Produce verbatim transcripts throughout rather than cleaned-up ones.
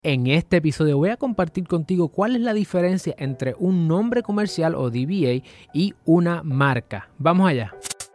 En este episodio voy a compartir contigo cuál es la diferencia entre un nombre comercial o D B A y una marca. Vamos allá.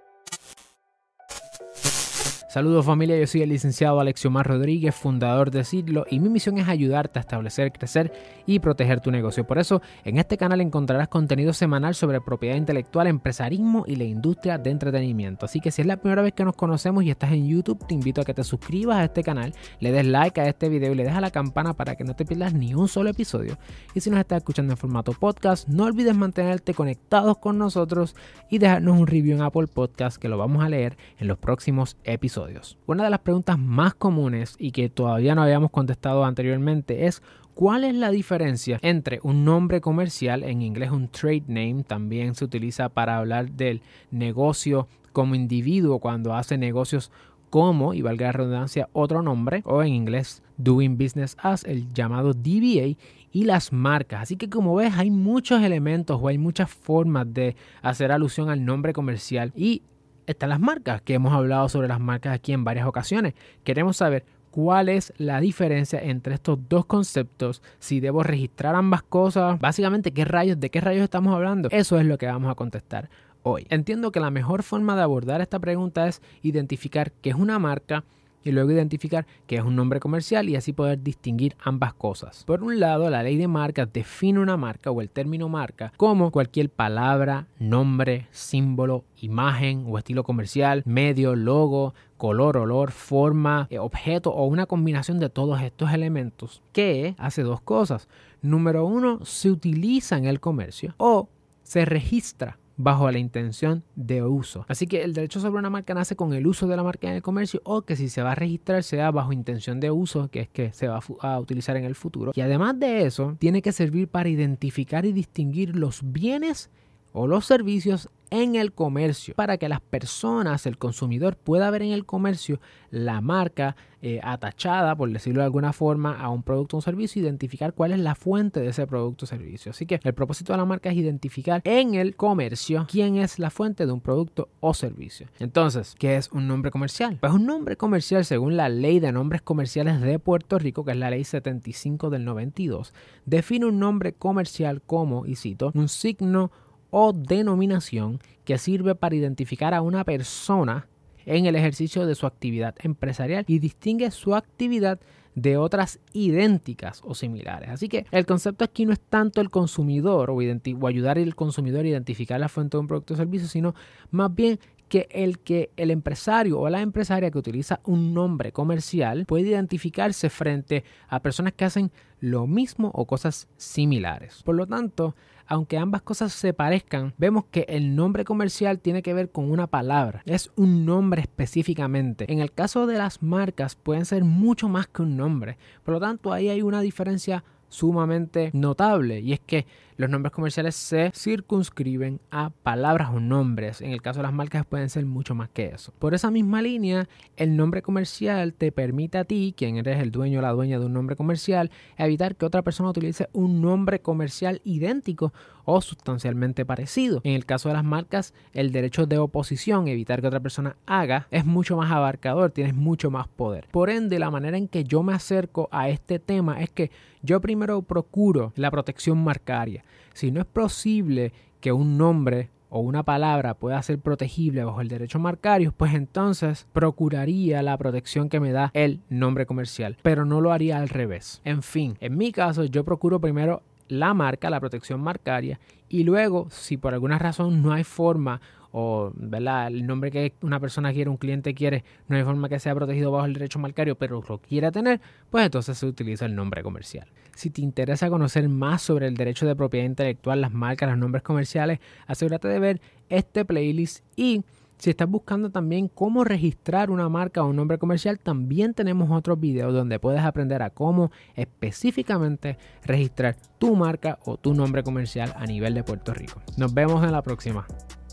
Saludos familia, yo soy el licenciado Alexiomar Rodríguez, fundador de Seedlo, y mi misión es ayudarte a establecer, crecer y proteger tu negocio. Por eso, en este canal encontrarás contenido semanal sobre propiedad intelectual, empresarismo y la industria de entretenimiento. Así que si es la primera vez que nos conocemos y estás en YouTube, te invito a que te suscribas a este canal, le des like a este video y le des a la campana para que no te pierdas ni un solo episodio. Y si nos estás escuchando en formato podcast, no olvides mantenerte conectados con nosotros y dejarnos un review en Apple Podcast, que lo vamos a leer en los próximos episodios. Una de las preguntas más comunes y que todavía no habíamos contestado anteriormente es ¿cuál es la diferencia entre un nombre comercial, en inglés un trade name, también se utiliza para hablar del negocio como individuo cuando hace negocios como, y valga la redundancia, otro nombre, o en inglés doing business as, el llamado D B A, y las marcas? Así que como ves, hay muchos elementos o hay muchas formas de hacer alusión al nombre comercial y están las marcas, que hemos hablado sobre las marcas aquí en varias ocasiones. Queremos saber cuál es la diferencia entre estos dos conceptos, si debo registrar ambas cosas, básicamente qué rayos, de qué rayos estamos hablando. Eso es lo que vamos a contestar hoy. Entiendo que la mejor forma de abordar esta pregunta es identificar qué es una marca y luego identificar qué es un nombre comercial y así poder distinguir ambas cosas. Por un lado, la ley de marcas define una marca o el término marca como cualquier palabra, nombre, símbolo, imagen o estilo comercial, medio, logo, color, olor, forma, objeto o una combinación de todos estos elementos que hace dos cosas. Número uno, se utiliza en el comercio o se registra bajo la intención de uso. Así que el derecho sobre una marca nace con el uso de la marca en el comercio, o que si se va a registrar sea bajo intención de uso, que es que se va a utilizar en el futuro. Y además de eso, tiene que servir para identificar y distinguir los bienes o los servicios en el comercio, para que las personas, el consumidor, pueda ver en el comercio la marca eh, atachada, por decirlo de alguna forma, a un producto o un servicio, identificar cuál es la fuente de ese producto o servicio. Así que el propósito de la marca es identificar en el comercio quién es la fuente de un producto o servicio. Entonces, ¿qué es un nombre comercial? Pues un nombre comercial, según la Ley de Nombres Comerciales de Puerto Rico, que es la Ley setenta y cinco del noventa y dos, define un nombre comercial como, y cito, un signo o denominación que sirve para identificar a una persona en el ejercicio de su actividad empresarial y distingue su actividad de otras idénticas o similares. Así que el concepto aquí no es tanto el consumidor o, o ayudar al consumidor a identificar la fuente de un producto o servicio, sino más bien que el que el empresario o la empresaria que utiliza un nombre comercial puede identificarse frente a personas que hacen lo mismo o cosas similares. Por lo tanto, aunque ambas cosas se parezcan, vemos que el nombre comercial tiene que ver con una palabra, es un nombre específicamente. En el caso de las marcas pueden ser mucho más que un nombre, por lo tanto ahí hay una diferencia sumamente notable, y es que los nombres comerciales se circunscriben a palabras o nombres. En el caso de las marcas pueden ser mucho más que eso. Por esa misma línea, el nombre comercial te permite a ti, quien eres el dueño o la dueña de un nombre comercial, evitar que otra persona utilice un nombre comercial idéntico o sustancialmente parecido. En el caso de las marcas, el derecho de oposición, evitar que otra persona haga, es mucho más abarcador, tienes mucho más poder. Por ende, la manera en que yo me acerco a este tema es que yo primero procuro la protección marcaria. Si no es posible que un nombre o una palabra pueda ser protegible bajo el derecho marcario, pues entonces procuraría la protección que me da el nombre comercial, pero no lo haría al revés. En fin, en mi caso yo procuro primero la marca, la protección marcaria, y luego, si por alguna razón no hay forma, o ¿verdad? el nombre que una persona quiere, un cliente quiere, no hay forma que sea protegido bajo el derecho marcario, pero lo quiere tener, pues entonces se utiliza el nombre comercial. Si te interesa conocer más sobre el derecho de propiedad intelectual, las marcas, los nombres comerciales, asegúrate de ver este playlist. Y si estás buscando también cómo registrar una marca o un nombre comercial, también tenemos otros videos donde puedes aprender a cómo específicamente registrar tu marca o tu nombre comercial a nivel de Puerto Rico. Nos vemos en la próxima.